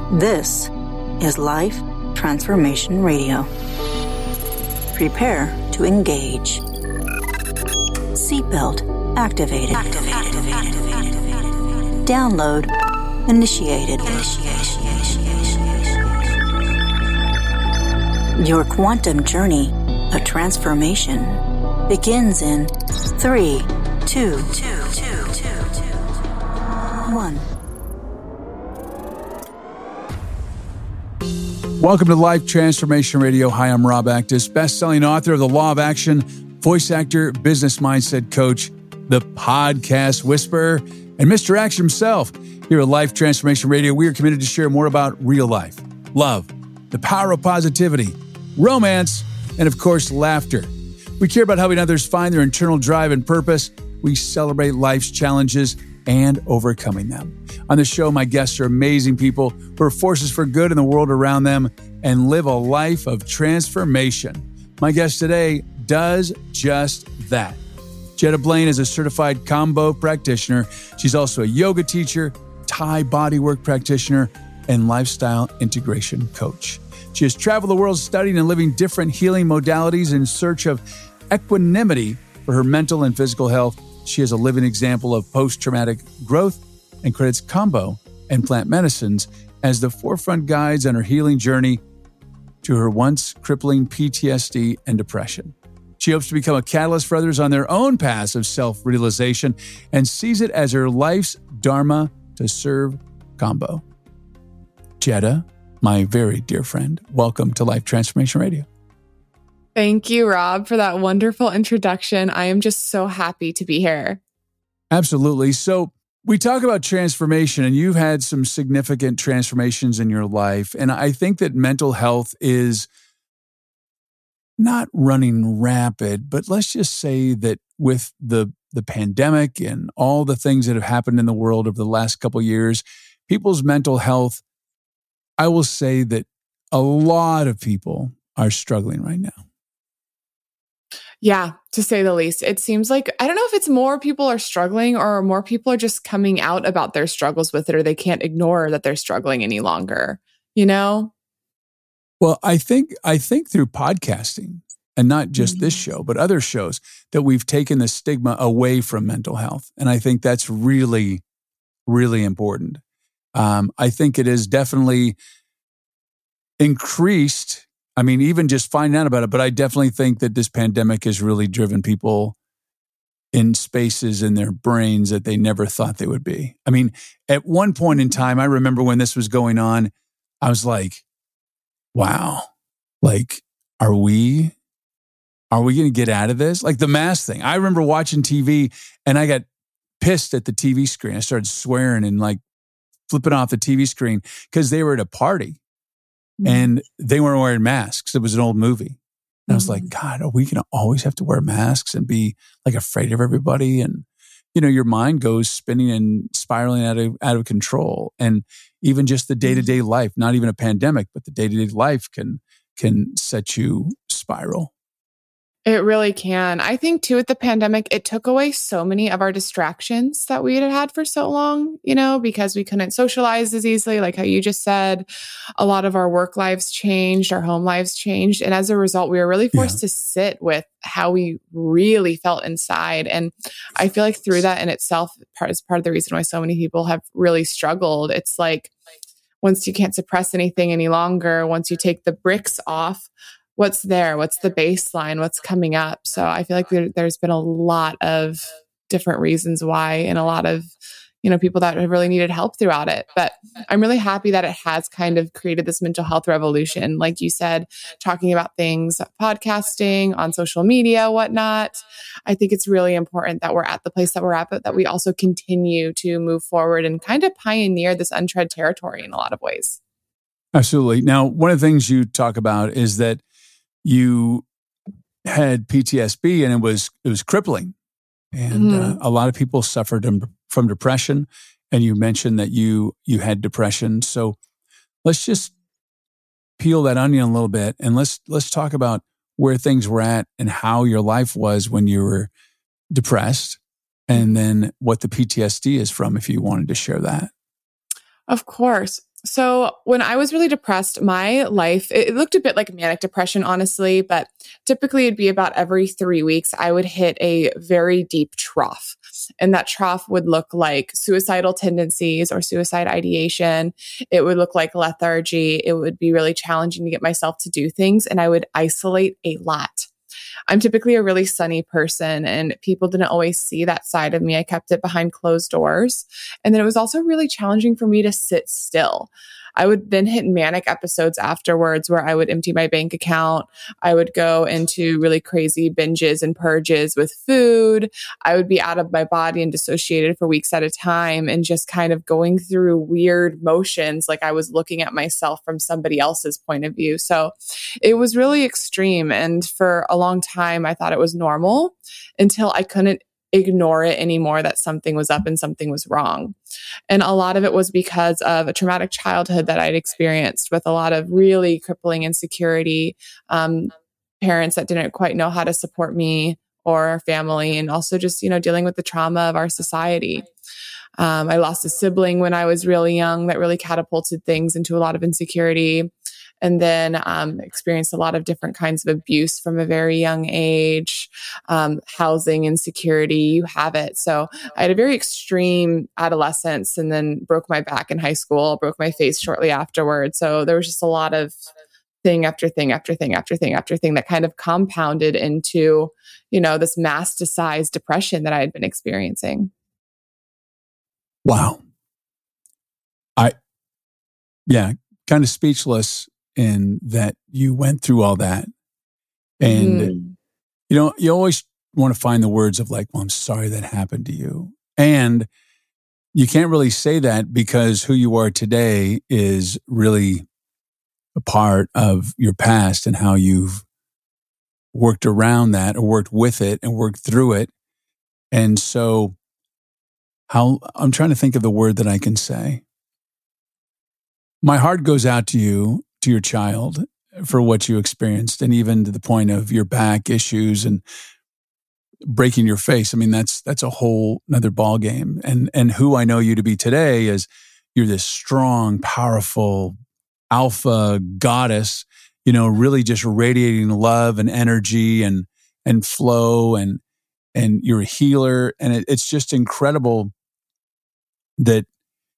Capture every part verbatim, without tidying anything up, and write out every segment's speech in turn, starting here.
This is Life Transformation Radio. Prepare to engage. Seatbelt activated. Activated. Download initiated. Your quantum journey of transformation begins in three, two, one. Welcome to Life Transformation Radio. Hi, I'm Rob Actis, best-selling author of The Law of Action, voice actor, business mindset coach, the podcast whisperer, and Mister Action himself. Here at Life Transformation Radio, we are committed to share more about real life, love, the power of positivity, romance, and of course, laughter. We care about helping others find their internal drive and purpose. We celebrate life's challenges and overcoming them. On the show, my guests are amazing people who are forces for good in the world around them and live a life of transformation. My guest today does just that. Jetta Blaine is a certified combo practitioner. She's also a yoga teacher, Thai bodywork practitioner, and lifestyle integration coach. She has traveled the world studying and living different healing modalities in search of equanimity for her mental and physical health. She is a living example of post-traumatic growth and credits combo and plant medicines as the forefront guides on her healing journey to her once crippling P T S D and depression. She hopes to become a catalyst for others on their own paths of self-realization and sees it as her life's dharma to serve combo. Jetta, my very dear friend, welcome to Life Transformation Radio. Thank you, Rob, for that wonderful introduction. I am just so happy to be here. Absolutely. So we talk about transformation, and you've had some significant transformations in your life. And I think that mental health is not running rapid, but let's just say that with the, the pandemic and all the things that have happened in the world over the last couple of years, people's mental health, I will say that a lot of people are struggling right now. Yeah, to say the least. It seems like, I don't know if it's more people are struggling or more people are just coming out about their struggles with it, or they can't ignore that they're struggling any longer, you know? Well, I think I think through podcasting, and not just this show, but other shows, that we've taken the stigma away from mental health. And I think that's really, really important. Um, I think it is definitely increased. I mean, even just finding out about it, but I definitely think that this pandemic has really driven people in spaces in their brains that they never thought they would be. I mean, at one point in time, I remember when this was going on, I was like, wow, like, are we, are we going to get out of this? Like the mask thing. I remember watching T V and I got pissed at the T V screen. I started swearing and like flipping off the T V screen because they were at a party. And they weren't wearing masks. It was an old movie. And I was like, God, are we going to always have to wear masks and be like afraid of everybody? And, you know, your mind goes spinning and spiraling out of, out of control. And even just the day-to-day life, not even a pandemic, but the day-to-day life can, can set you spiral. It really can. I think too, with the pandemic, it took away so many of our distractions that we had had for so long, you know, because we couldn't socialize as easily, like how you just said. A lot of our work lives changed, our home lives changed. And as a result, we were really forced yeah. to sit with how we really felt inside. And I feel like through that in itself, part is part of the reason why so many people have really struggled. It's like, once you can't suppress anything any longer, once you take the bricks off, what's there? What's the baseline? What's coming up? So I feel like there, there's been a lot of different reasons why, and a lot of, you know, people that have really needed help throughout it. But I'm really happy that it has kind of created this mental health revolution. Like you said, talking about things, podcasting, on social media, whatnot. I think it's really important that we're at the place that we're at, but that we also continue to move forward and kind of pioneer this untread territory in a lot of ways. Absolutely. Now, one of the things you talk about is that you had P T S D and it was it was crippling, and mm-hmm. uh, a lot of people suffered from depression. And you mentioned that you you had depression. So let's just peel that onion a little bit, and let's let's talk about where things were at and how your life was when you were depressed, and then what the P T S D is from, if you wanted to share that. Of course. So when I was really depressed, my life, it looked a bit like manic depression, honestly, but typically it'd be about every three weeks, I would hit a very deep trough. And that trough would look like suicidal tendencies or suicide ideation. It would look like lethargy. It would be really challenging to get myself to do things. And I would isolate a lot. I'm typically a really sunny person, and people didn't always see that side of me. I kept it behind closed doors. And then it was also really challenging for me to sit still. I would then hit manic episodes afterwards where I would empty my bank account. I would go into really crazy binges and purges with food. I would be out of my body and dissociated for weeks at a time and just kind of going through weird motions like I was looking at myself from somebody else's point of view. So it was really extreme. And for a long time, I thought it was normal until I couldn't ignore it anymore, that something was up and something was wrong. And a lot of it was because of a traumatic childhood that I'd experienced with a lot of really crippling insecurity, um, parents that didn't quite know how to support me or our family, and also just, you know, dealing with the trauma of our society. Um, I lost a sibling when I was really young that really catapulted things into a lot of insecurity. And then um, experienced a lot of different kinds of abuse from a very young age, um, housing insecurity, you have it. So I had a very extreme adolescence and then broke my back in high school, broke my face shortly afterwards. So there was just a lot of thing after thing after thing after thing after thing that kind of compounded into, you know, this masticized depression that I had been experiencing. Wow. I, yeah, kind of speechless in that you went through all that. And, mm-hmm. you know, you always want to find the words of like, well, I'm sorry that happened to you. And you can't really say that because who you are today is really a part of your past and how you've worked around that or worked with it and worked through it. And so how I'm trying to think of the word that I can say. My heart goes out to you, to your child, for what you experienced, and even to the point of your back issues and breaking your face. I mean, that's that's a whole another ball game. And and who I know you to be today is you're this strong, powerful alpha goddess, you know, really just radiating love and energy and and flow, and and you're a healer. And it, it's just incredible that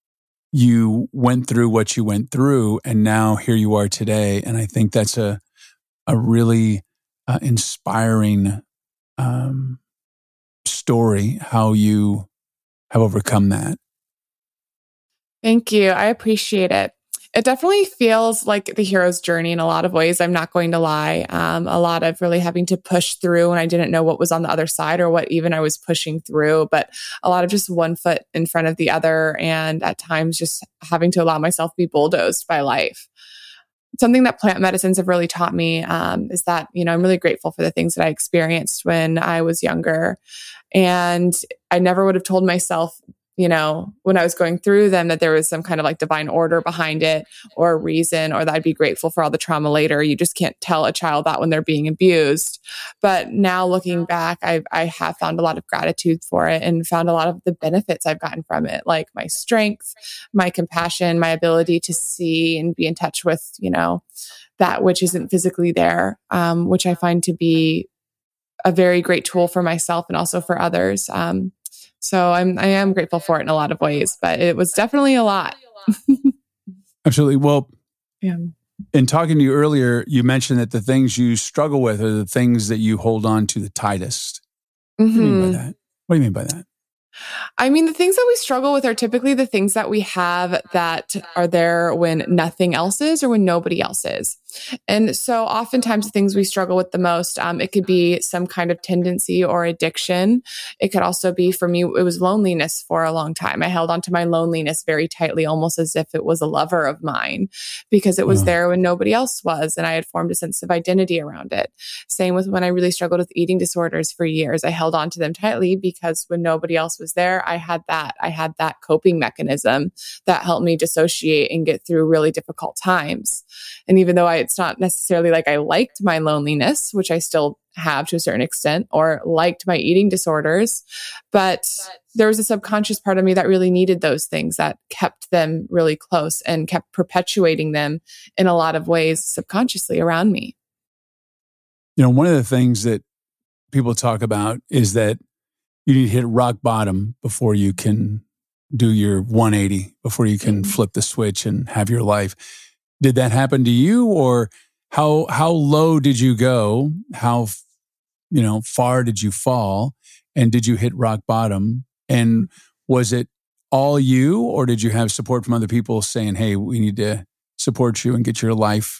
you went through what you went through, and now here you are today. And I think that's a a really uh, inspiring um, story, how you have overcome that. Thank you. I appreciate it. It definitely feels like the hero's journey in a lot of ways. I'm not going to lie. Um, a lot of really having to push through, and I didn't know what was on the other side or what even I was pushing through, but a lot of just one foot in front of the other. And at times just having to allow myself to be bulldozed by life. Something that plant medicines have really taught me um, is that, you know, I'm really grateful for the things that I experienced when I was younger. And I never would have told myself, you know, when I was going through them, that there was some kind of like divine order behind it or a reason, or that I'd be grateful for all the trauma later. You just can't tell a child that when they're being abused. But now looking back, I've, I have found a lot of gratitude for it and found a lot of the benefits I've gotten from it, like my strength, my compassion, my ability to see and be in touch with, you know, that which isn't physically there, um, which I find to be a very great tool for myself and also for others. Um, So I'm, I am grateful for it in a lot of ways, but it was definitely a lot. Absolutely. Well, yeah. In talking to you earlier, you mentioned that the things you struggle with are the things that you hold on to the tightest. Mm-hmm. What do you mean by that? What do you mean by that? I mean, the things that we struggle with are typically the things that we have that are there when nothing else is or when nobody else is. And so oftentimes the things we struggle with the most, um, it could be some kind of tendency or addiction. It could also be, for me, it was loneliness for a long time. I held onto my loneliness very tightly, almost as if it was a lover of mine, because it was yeah. there when nobody else was. And I had formed a sense of identity around it. Same with when I really struggled with eating disorders for years. I held onto them tightly because when nobody else was there, I had that. I had that coping mechanism that helped me dissociate and get through really difficult times. And even though I, it's not necessarily like I liked my loneliness, which I still have to a certain extent or liked my eating disorders. But there was a subconscious part of me that really needed those things, that kept them really close and kept perpetuating them in a lot of ways subconsciously around me. You know, one of the things that people talk about is that you need to hit rock bottom before you can do your one eighty, before you can mm-hmm. flip the switch and have your life. Did that happen to you, or how how low did you go? How, you know, far did you fall? And did you hit rock bottom? And was it all you, or did you have support from other people saying, hey, we need to support you and get your life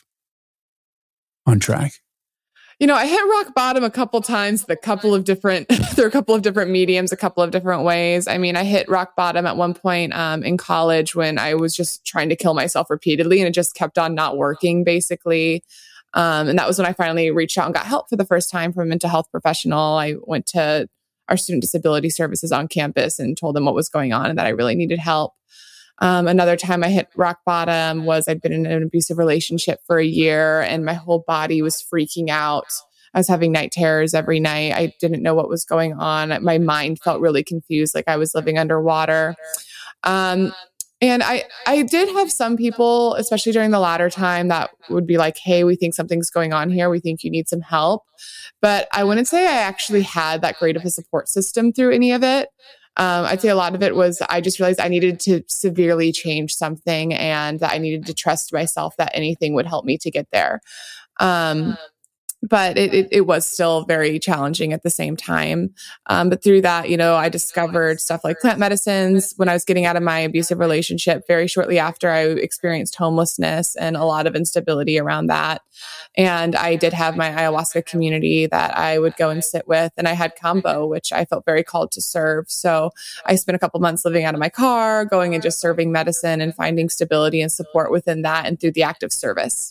on track? You know, I hit rock bottom a couple times, a couple of different, through a couple of different mediums, a couple of different ways. I mean, I hit rock bottom at one point um, in college when I was just trying to kill myself repeatedly, and it just kept on not working, basically. Um, and that was when I finally reached out and got help for the first time from a mental health professional. I went to our student disability services on campus and told them what was going on and that I really needed help. Um, another time I hit rock bottom was I'd been in an abusive relationship for a year and my whole body was freaking out. I was having night terrors every night. I didn't know what was going on. My mind felt really confused, like I was living underwater. Um, and I, I did have some people, especially during the latter time, that would be like, hey, we think something's going on here. We think you need some help. But I wouldn't say I actually had that great of a support system through any of it. Um, I'd say a lot of it was I just realized I needed to severely change something and that I needed to trust myself that anything would help me to get there. Um, but it, it, it was still very challenging at the same time. Um, but through that, you know, I discovered stuff like plant medicines when I was getting out of my abusive relationship. Very shortly after, I experienced homelessness and a lot of instability around that. And I did have my ayahuasca community that I would go and sit with. And I had Kambo, which I felt very called to serve. So I spent a couple months living out of my car, going and just serving medicine and finding stability and support within that and through the act of service.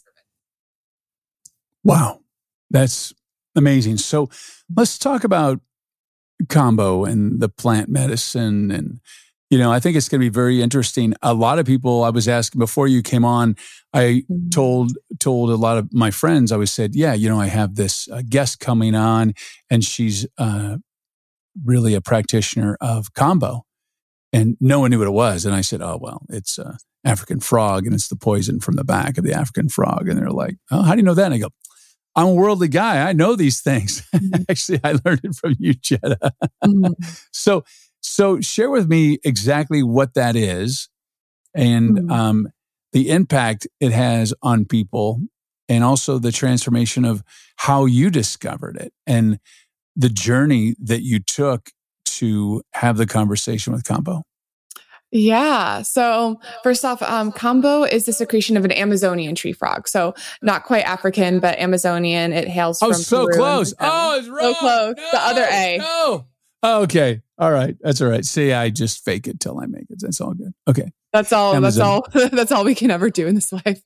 Wow. That's amazing. So let's talk about Kambo and the plant medicine. And, you know, I think it's going to be very interesting. A lot of people, I was asking before you came on, I told told a lot of my friends, I was said, yeah, you know, I have this uh, guest coming on and she's uh, really a practitioner of Kambo. And no one knew what it was. And I said, oh, well, it's uh, African frog and it's the poison from the back of the African frog. And they're like, oh, how do you know that? And I go, I'm a worldly guy. I know these things. Mm-hmm. Actually, I learned it from you, Jetta. Mm-hmm. So, so share with me exactly what that is and mm-hmm. um, the impact it has on people, and also the transformation of how you discovered it and the journey that you took to have the conversation with Kambo. Yeah. So first off, um, Kambo is the secretion of an Amazonian tree frog. So not quite African, but Amazonian. It hails oh, from so Peru. close. Oh, it's wrong. So close. No, the other A. No. Oh, okay. All right. That's all right. See, I just fake it till I make it. That's all good. Okay. That's all. Amazon. That's all. That's all we can ever do in this life.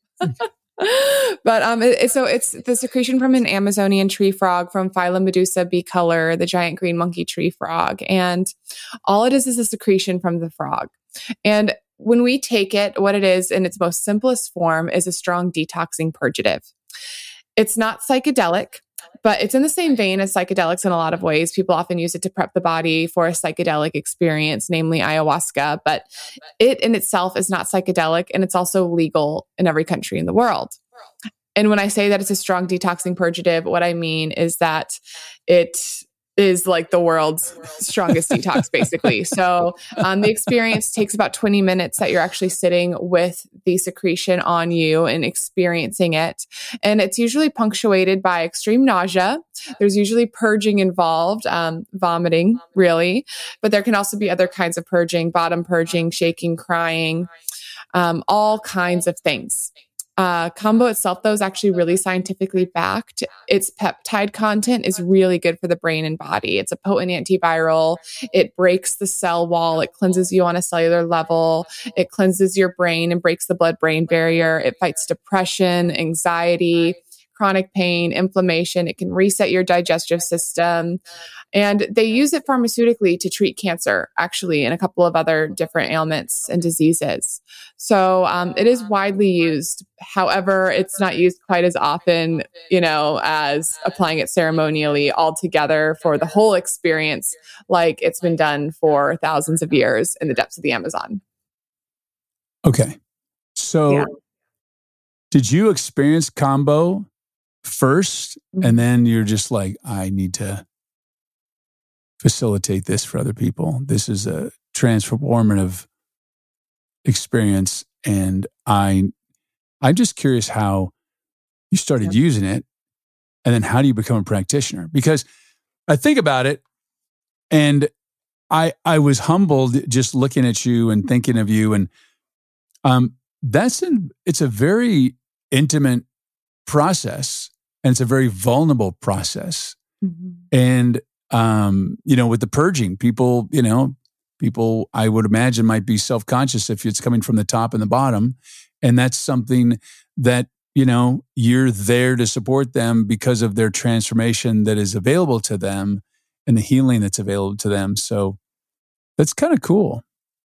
But um, it, it, so it's the secretion from an Amazonian tree frog from phylum Medusa bicolor, the giant green monkey tree frog, and all it is is a secretion from the frog. And when we take it, what it is in its most simplest form is a strong detoxing purgative. It's not psychedelic, but it's in the same vein as psychedelics in a lot of ways. People often use it to prep the body for a psychedelic experience, namely ayahuasca, but it in itself is not psychedelic, and it's also legal in every country in the world. And when I say that it's a strong detoxing purgative, what I mean is that it is like the world's strongest detox, basically. So um, the experience takes about twenty minutes that you're actually sitting with the secretion on you and experiencing it. And it's usually punctuated by extreme nausea. There's usually purging involved, um, vomiting, really. But there can also be other kinds of purging, bottom purging, shaking, crying, um, all kinds of things. Uh, Kambo itself, though, is actually really scientifically backed. Its peptide content is really good for the brain and body. It's a potent antiviral. It breaks the cell wall. It cleanses you on a cellular level. It cleanses your brain and breaks the blood-brain barrier. It fights depression, anxiety, chronic pain, inflammation. It can reset your digestive system. And they use it pharmaceutically to treat cancer, actually, and a couple of other different ailments and diseases. So um, it is widely used. However, it's not used quite as often, you know, as applying it ceremonially altogether for the whole experience, like it's been done for thousands of years in the depths of the Amazon. Okay. So yeah. Did you experience Kambo first, mm-hmm. and then you're just like, I need to facilitate this for other people? This is a transformative experience. And I, I'm just curious how you started yeah. using it, and then how do you become a practitioner? Because I think about it, and I, I was humbled just looking at you and thinking of you, and um, that's an, it's a very intimate process, and it's a very vulnerable process. Mm-hmm. And, um, you know, with the purging, people, you know, people I would imagine might be self-conscious if it's coming from the top and the bottom. And that's something that, you know, you're there to support them because of their transformation that is available to them and the healing that's available to them. So that's kind of cool.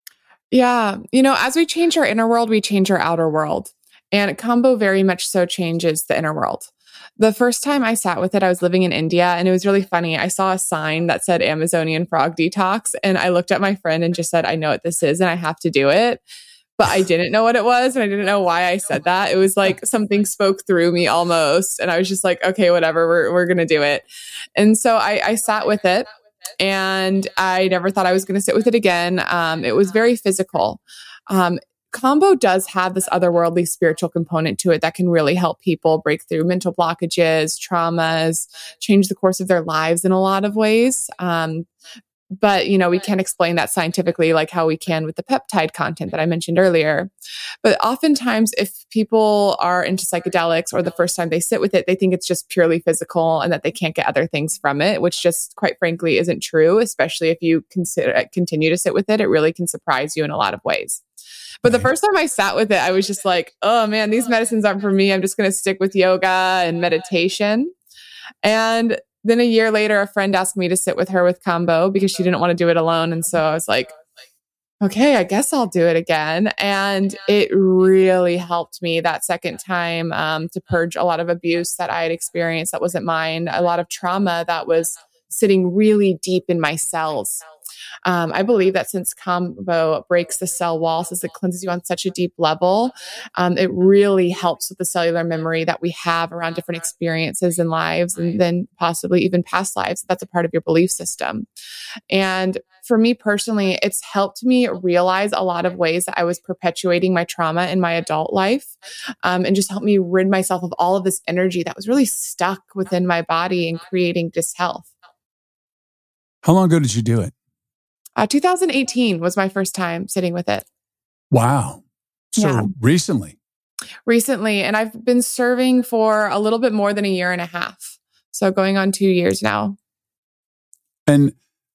Yeah. You know, as we change our inner world, we change our outer world. And Kambo very much so changes the inner world. The first time I sat with it, I was living in India, and it was really funny. I saw a sign that said Amazonian frog detox, and I looked at my friend and just said, I know what this is and I have to do it. But I didn't know what it was, and I didn't know why I said that. It was like something spoke through me almost. And I was just like, okay, whatever, we're we're going to do it. And so I, I sat with it, and I never thought I was going to sit with it again. Um, it was very physical. Um, Kambo does have this otherworldly spiritual component to it that can really help people break through mental blockages, traumas, change the course of their lives in a lot of ways. Um, But, you know, we can't explain that scientifically like how we can with the peptide content that I mentioned earlier. But oftentimes, if people are into psychedelics or the first time they sit with it, they think it's just purely physical and that they can't get other things from it, which just quite frankly isn't true, especially if you consider continue to sit with it. It really can surprise you in a lot of ways. But the first time I sat with it, I was just like, oh man, these medicines aren't for me. I'm just going to stick with yoga and meditation. And then a year later, a friend asked me to sit with her with Kambo because she didn't want to do it alone. And so I was like, okay, I guess I'll do it again. And it really helped me that second time um, to purge a lot of abuse that I had experienced that wasn't mine, a lot of trauma that was sitting really deep in my cells. Um, I believe that since Kambo breaks the cell wall, since it cleanses you on such a deep level, um, it really helps with the cellular memory that we have around different experiences in lives, and then possibly even past lives. That's a part of your belief system. And for me personally, it's helped me realize a lot of ways that I was perpetuating my trauma in my adult life, um, and just helped me rid myself of all of this energy that was really stuck within my body and creating dishealth. How long ago did you do it? Uh, two thousand eighteen was my first time sitting with it. Wow. So yeah. recently? Recently. And I've been serving for a little bit more than a year and a half. So going on two years now. And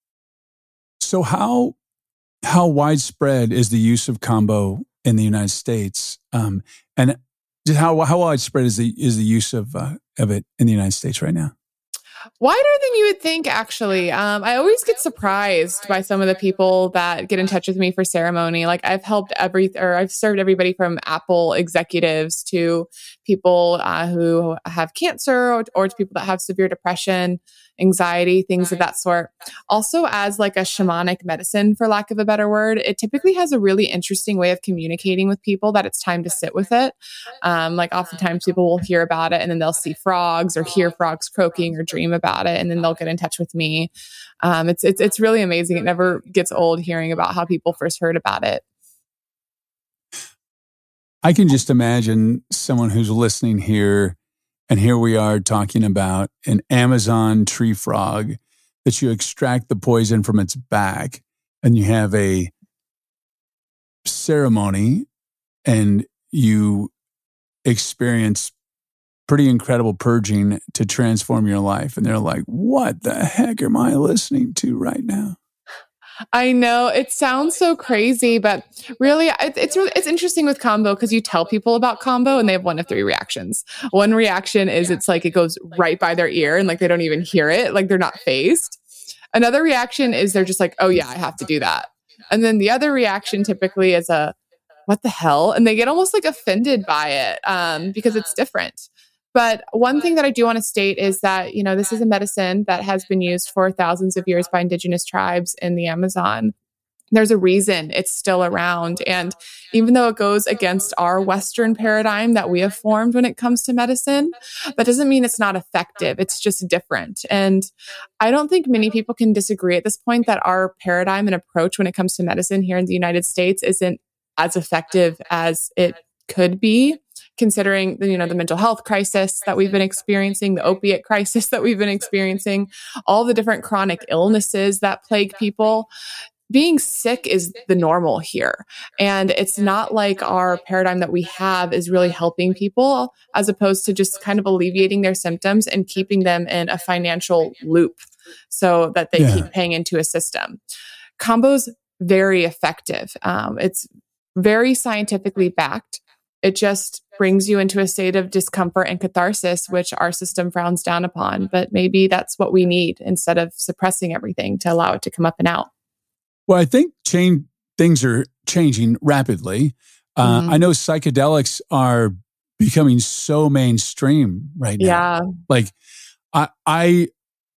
so how how widespread is the use of Kambo in the United States? Um, and how how widespread is the is the use of uh, of it in the United States right now? Wider than you would think, actually. Um, I always get surprised by some of the people that get in touch with me for ceremony. Like I've helped every, or I've served everybody from Apple executives to people uh, who have cancer, or, or to people that have severe depression, anxiety, things of that sort. Also, as like a shamanic medicine, for lack of a better word, it typically has a really interesting way of communicating with people that it's time to sit with it. Um, like oftentimes people will hear about it and then they'll see frogs or hear frogs croaking or dream about it, and then they'll get in touch with me. Um, it's it's it's really amazing. It never gets old hearing about how people first heard about it. I can just imagine someone who's listening here. And here we are talking about an Amazon tree frog that you extract the poison from its back, and you have a ceremony and you experience pretty incredible purging to transform your life. And they're like, what the heck am I listening to right now? I know it sounds so crazy, but really, it, it's really, it's interesting with combo because you tell people about combo and they have one of three reactions. One reaction is it's like it goes right by their ear and like they don't even hear it, like they're not phased. Another reaction is they're just like, oh yeah, I have to do that. And then the other reaction typically is a, what the hell? And they get almost like offended by it um, because it's different. But one thing that I do want to state is that, you know, this is a medicine that has been used for thousands of years by indigenous tribes in the Amazon. There's a reason it's still around. And even though it goes against our Western paradigm that we have formed when it comes to medicine, that doesn't mean it's not effective. It's just different. And I don't think many people can disagree at this point that our paradigm and approach when it comes to medicine here in the United States isn't as effective as it could be, considering the, you know, the mental health crisis that we've been experiencing, the opiate crisis that we've been experiencing, all the different chronic illnesses that plague people. Being sick is the normal here. And it's not like our paradigm that we have is really helping people as opposed to just kind of alleviating their symptoms and keeping them in a financial loop so that they yeah. keep paying into a system. Combo's very effective. Um, it's very scientifically backed. It just brings you into a state of discomfort and catharsis, which our system frowns down upon. But maybe that's what we need instead of suppressing everything to allow it to come up and out. Well, I think change, things are changing rapidly. Uh, mm-hmm. I know psychedelics are becoming so mainstream right now. Yeah. Like I, I,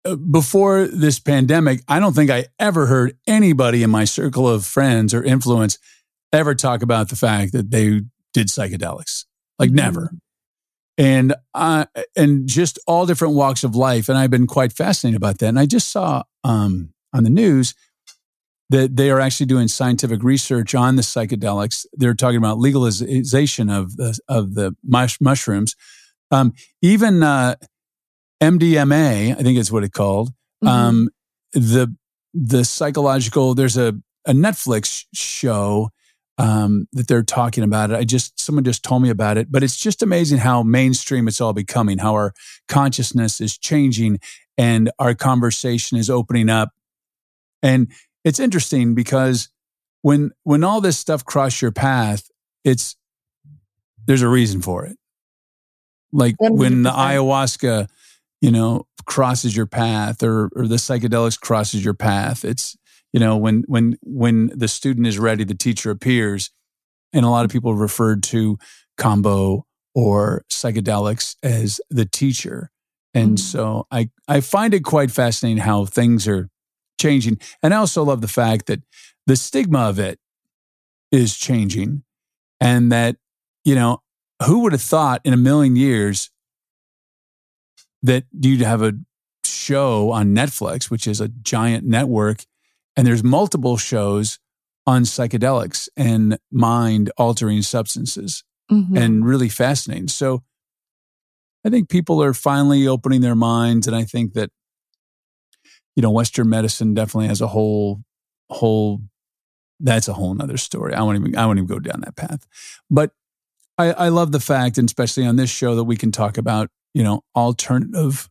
before this pandemic, I don't think I ever heard anybody in my circle of friends or influence ever talk about the fact that they did psychedelics. Like mm-hmm. never. And uh, and just all different walks of life. And I've been quite fascinated about that. And I just saw um, on the news that they are actually doing scientific research on the psychedelics. They're talking about legalization of the of the mush, mushrooms. Um, even uh, M D M A, I think is what it's called. Mm-hmm. Um, the the psychological. There's a a Netflix show um, that they're talking about it. I just someone just told me about it, but it's just amazing how mainstream it's all becoming. How our consciousness is changing and our conversation is opening up. And it's interesting because when when all this stuff crosses your path, it's there's a reason for it. Like one hundred percent. When the ayahuasca, you know, crosses your path, or or the psychedelics crosses your path, it's you know when when when the student is ready, the teacher appears, and a lot of people referred to combo or psychedelics as the teacher, and mm-hmm. so I I find it quite fascinating how things are changing. And I also love the fact that the stigma of it is changing, and that, you know, who would have thought in a million years that you'd have a show on Netflix, which is a giant network, and there's multiple shows on psychedelics and mind-altering substances, mm-hmm. and really fascinating. So I think people are finally opening their minds, and I think that you know, Western medicine definitely has a whole, whole, that's a whole nother story. I won't even, I won't even go down that path. But I, I love the fact, and especially on this show, that we can talk about, you know, alternative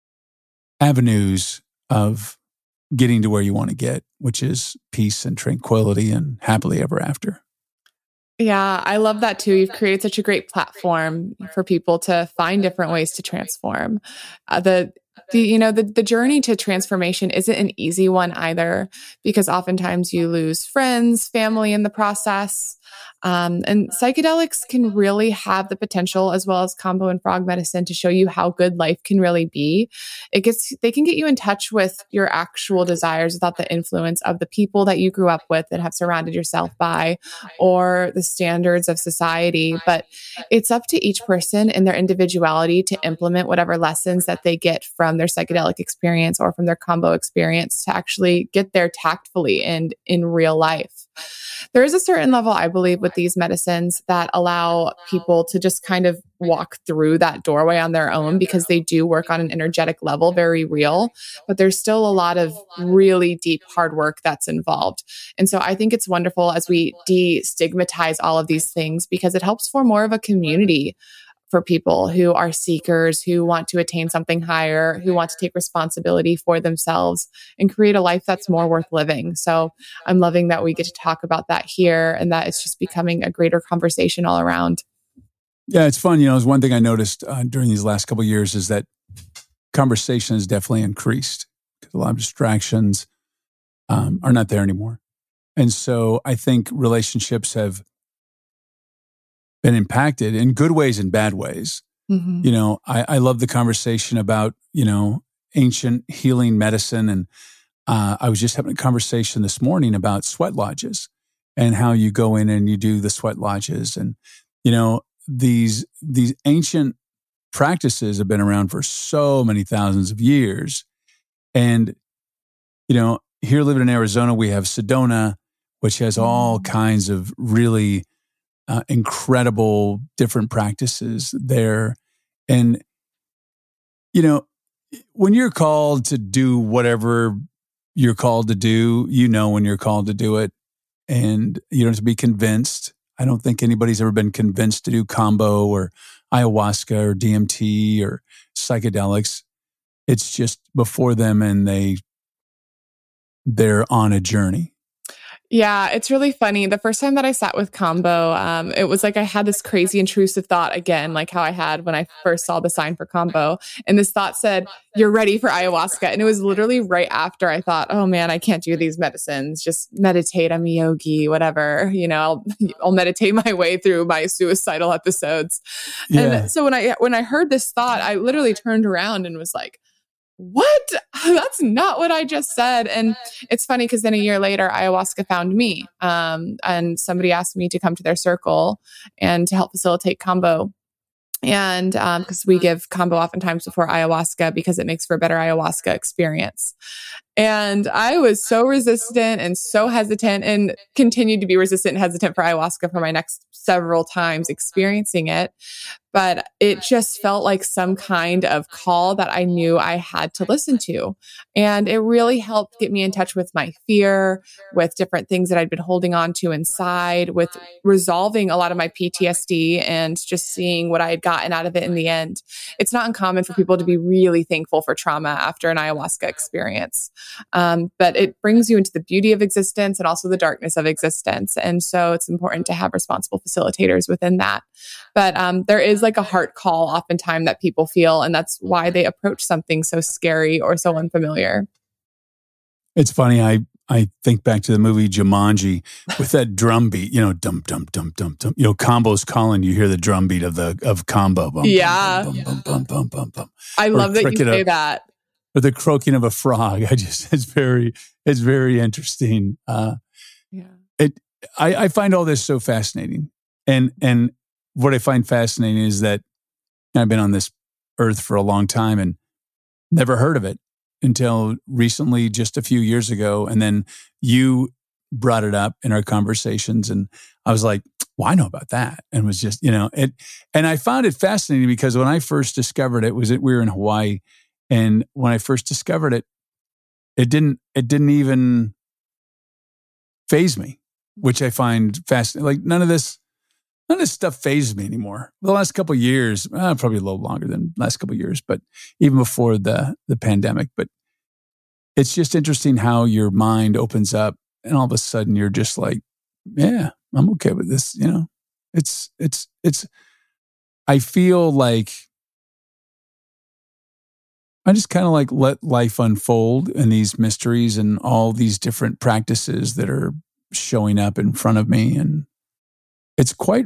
avenues of getting to where you want to get, which is peace and tranquility and happily ever after. Yeah, I love that too. You've created such a great platform for people to find different ways to transform. Uh, the The, you know, the, the journey to transformation isn't an easy one either, because oftentimes you lose friends, family in the process. Um, and psychedelics can really have the potential, as well as combo and frog medicine, to show you how good life can really be. It gets, they can get you in touch with your actual desires without the influence of the people that you grew up with and have surrounded yourself by, or the standards of society. But it's up to each person in their individuality to implement whatever lessons that they get from their psychedelic experience or from their combo experience to actually get there tactfully and in real life. There is a certain level, I believe, with these medicines that allow people to just kind of walk through that doorway on their own, because they do work on an energetic level, very real, but there's still a lot of really deep hard work that's involved. And so I think it's wonderful as we destigmatize all of these things, because it helps form more of a community for people who are seekers, who want to attain something higher, who want to take responsibility for themselves and create a life that's more worth living. So I'm loving that we get to talk about that here and that it's just becoming a greater conversation all around. Yeah, it's fun. You know, it's one thing I noticed uh, during these last couple of years is that conversation has definitely increased because a lot of distractions um, are not there anymore. And so I think relationships have been impacted in good ways and bad ways. Mm-hmm. You know, I, I love the conversation about, you know, ancient healing medicine. And uh, I was just having a conversation this morning about sweat lodges and how you go in and you do the sweat lodges. And, you know, these, these ancient practices have been around for so many thousands of years. And, you know, here living in Arizona, we have Sedona, which has all kinds of really uh, incredible different practices there. And, you know, when you're called to do whatever you're called to do, you know when you're called to do it. And you don't have to be convinced. I don't think anybody's ever been convinced to do Kambo or ayahuasca or D M T or psychedelics. It's just before them and they, they're on a journey. Yeah, it's really funny. The first time that I sat with Kambo, um, it was like I had this crazy intrusive thought again, like how I had when I first saw the sign for Kambo. And this thought said, "You're ready for ayahuasca." And it was literally right after I thought, oh man, I can't do these medicines. Just meditate. I'm a yogi, whatever. You know, I'll, I'll meditate my way through my suicidal episodes. Yeah. And so when I when I heard this thought, I literally turned around and was like, what? That's not what I just said. And it's funny because then a year later, ayahuasca found me. Um, and somebody asked me to come to their circle and to help facilitate Kambo. And um, because we give Kambo oftentimes before ayahuasca because it makes for a better ayahuasca experience. And I was so resistant and so hesitant and continued to be resistant and hesitant for ayahuasca for my next several times experiencing it. But it just felt like some kind of call that I knew I had to listen to. And it really helped get me in touch with my fear, with different things that I'd been holding on to inside, with resolving a lot of my P T S D and just seeing what I had gotten out of it in the end. It's not uncommon for people to be really thankful for trauma after an ayahuasca experience. Um, but it brings you into the beauty of existence and also the darkness of existence. And so it's important to have responsible facilitators within that. But um, there is like a heart call oftentimes that people feel, and that's why they approach something so scary or so unfamiliar. It's funny. I, I think back to the movie Jumanji with that drum beat, you know, dum, dum, dum, dum, dum. You know, Kambo's calling, you hear the drum beat of the, of Kambo. Bum, yeah. Bum, bum, bum, bum, bum, bum. I love that you say that. Or the croaking of a frog. I just, it's very, it's very interesting. Uh, yeah. It, I, I find all this so fascinating. And, and what I find fascinating is that I've been on this earth for a long time and never heard of it until recently, just a few years ago. And then you brought it up in our conversations. And I was like, well, I know about that. And was just, you know, it, and I found it fascinating because when I first discovered it, was it, we were in Hawaii. And when I first discovered it, it didn't, it didn't even faze me, which I find fascinating. Like none of this, none of this stuff fazes me anymore. The last couple of years, uh, probably a little longer than the last couple of years, but even before the, the pandemic. But it's just interesting how your mind opens up and all of a sudden you're just like, yeah, I'm okay with this. You know, it's, it's, it's, I feel like I just kind of like let life unfold and these mysteries and all these different practices that are showing up in front of me. And it's quite,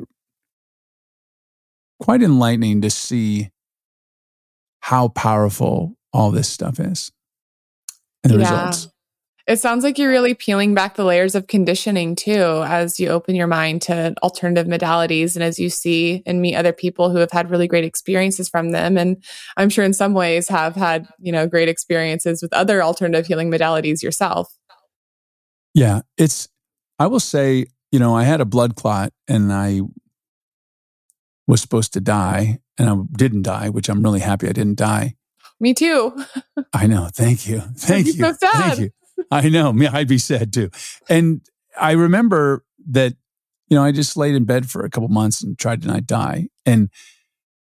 quite enlightening to see how powerful all this stuff is and the yeah. results. It sounds like you're really peeling back the layers of conditioning too, as you open your mind to alternative modalities and as you see and meet other people who have had really great experiences from them. And I'm sure in some ways have had, you know, great experiences with other alternative healing modalities yourself. Yeah, it's, I will say, you know, I had a blood clot and I was supposed to die and I didn't die, which I'm really happy I didn't die. Me too. I know. Thank you. Thank you. So sad. Thank you. I know. Me, I'd be sad too. And I remember that, you know, I just laid in bed for a couple months and tried to not die. And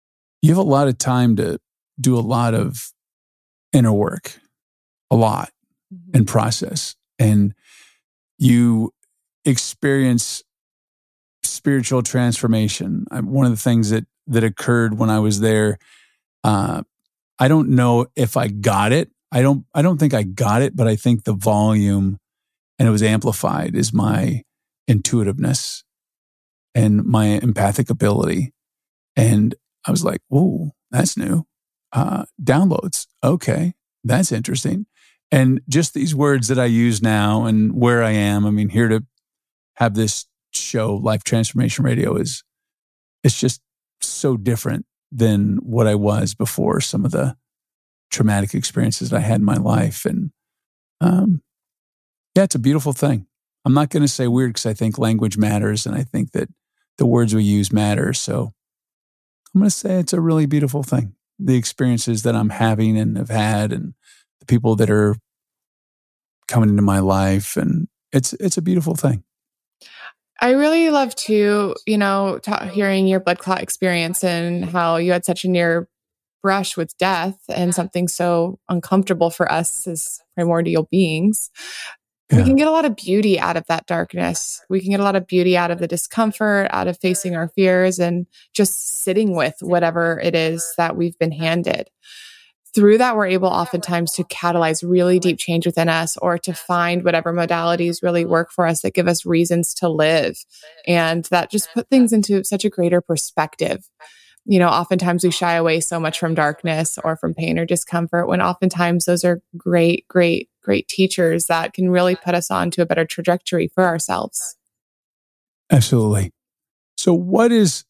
you have a lot of time to do a lot of inner work, a lot, mm-hmm. and process. And you experience spiritual transformation. I, one of the things that that occurred when I was there, uh, I don't know if I got it. I don't. I don't think I got it, but I think the volume, and it was amplified, is my intuitiveness and my empathic ability. And I was like, "Whoa, that's new." Uh, downloads, okay, that's interesting. And just these words that I use now, and where I am. I mean, here to have this show, Life Transformation Radio, is it's just so different than what I was before some of the traumatic experiences that I had in my life. And um, yeah, it's a beautiful thing. I'm not going to say weird because I think language matters, and I think that the words we use matter. So I'm going to say it's a really beautiful thing. The experiences that I'm having and have had, and the people that are coming into my life, and it's it's a beautiful thing. I really love to, you know, ta- hearing your blood clot experience and how you had such a near brush with death and something so uncomfortable for us as primordial beings. Yeah. We can get a lot of beauty out of that darkness. We can get a lot of beauty out of the discomfort, out of facing our fears, and just sitting with whatever it is that we've been handed. Through that, we're able oftentimes to catalyze really deep change within us, or to find whatever modalities really work for us that give us reasons to live. And that just put things into such a greater perspective. You know, oftentimes we shy away so much from darkness or from pain or discomfort, when oftentimes those are great, great, great teachers that can really put us on to a better trajectory for ourselves. Absolutely. So what is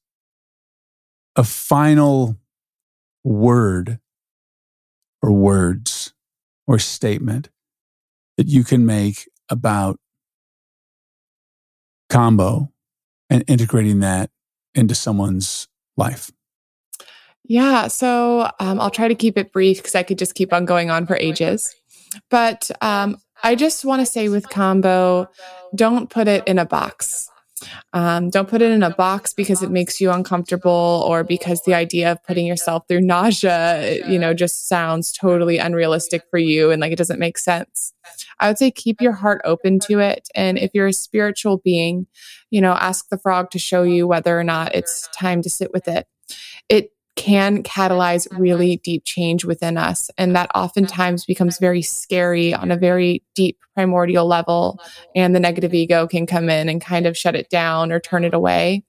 a final word or words or statement that you can make about Kambo and integrating that into someone's life? Yeah, so um, I'll try to keep it brief because I could just keep on going on for ages. But um, I just want to say with Kambo, don't put it in a box. Um, don't put it in a box because it makes you uncomfortable, or because the idea of putting yourself through nausea, you know, just sounds totally unrealistic for you and like it doesn't make sense. I would say keep your heart open to it. And if you're a spiritual being, you know, ask the frog to show you whether or not it's time to sit with it. It can catalyze really deep change within us. And that oftentimes becomes very scary on a very deep primordial level. And the negative ego can come in and kind of shut it down or turn it away.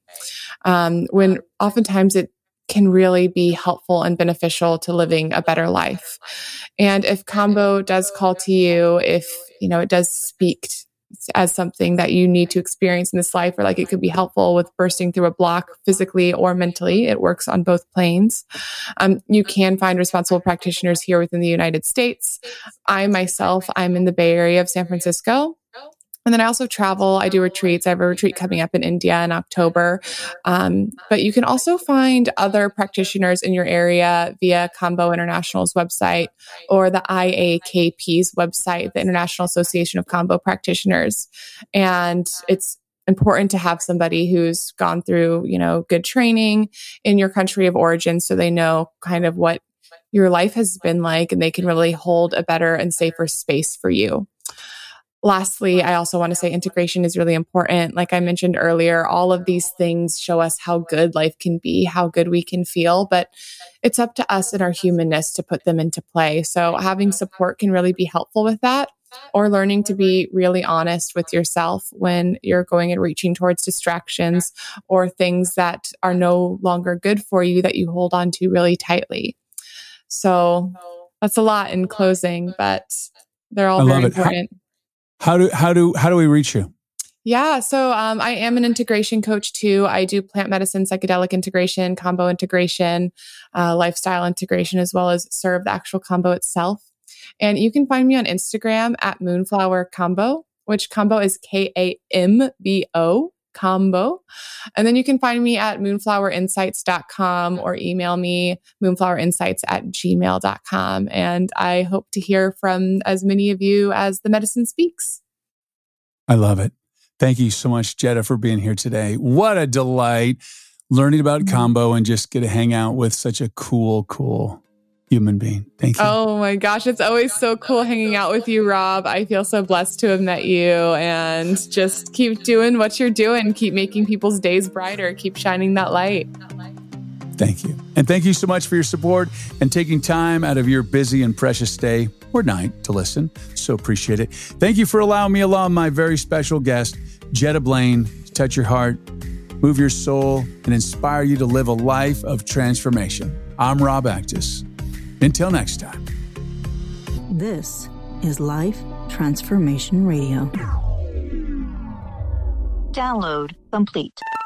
Um, when oftentimes it can really be helpful and beneficial to living a better life. And if Kambo does call to you, if, you know, it does speak as something that you need to experience in this life, or like it could be helpful with bursting through a block physically or mentally. It works on both planes. Um, you can find responsible practitioners here within the United States. I myself, I'm in the Bay Area of San Francisco. And then I also travel. I do retreats. I have a retreat coming up in India in October. Um, but you can also find other practitioners in your area via Kambo International's website, or the I A K P's website, the International Association of Kambo Practitioners. And it's important to have somebody who's gone through, you know, good training in your country of origin, so they know kind of what your life has been like, and they can really hold a better and safer space for you. Lastly, I also want to say integration is really important. Like I mentioned earlier, all of these things show us how good life can be, how good we can feel, but it's up to us and our humanness to put them into play. So having support can really be helpful with that, or learning to be really honest with yourself when you're going and reaching towards distractions or things that are no longer good for you that you hold on to really tightly. So that's a lot in closing, but they're all very important. How do how do how do we reach you? Yeah, so um, I am an integration coach too. I do plant medicine, psychedelic integration, Kambo integration, uh, lifestyle integration, as well as serve the actual Kambo itself. And you can find me on Instagram at Moonflower Kambo, which Kambo is K A M B O, Kambo. And then you can find me at moonflower insights dot com, or email me moonflowerinsights at gmail dot com. And I hope to hear from as many of you as the medicine speaks. I love it. Thank you so much, Jetta, for being here today. What a delight. learning about Combo and just get to hang out with such a cool, cool human being. Thank you. Oh my gosh. It's always so cool hanging out with you, Rob. I feel so blessed to have met you, and just keep doing what you're doing. Keep making people's days brighter. Keep shining that light. Thank you. And thank you so much for your support and taking time out of your busy and precious day or night to listen. So appreciate it. Thank you for allowing me along my very special guest, Jetta Blaine, to touch your heart, move your soul, and inspire you to live a life of transformation. I'm Rob Actis. Until next time. This is Life Transformation Radio. Download complete.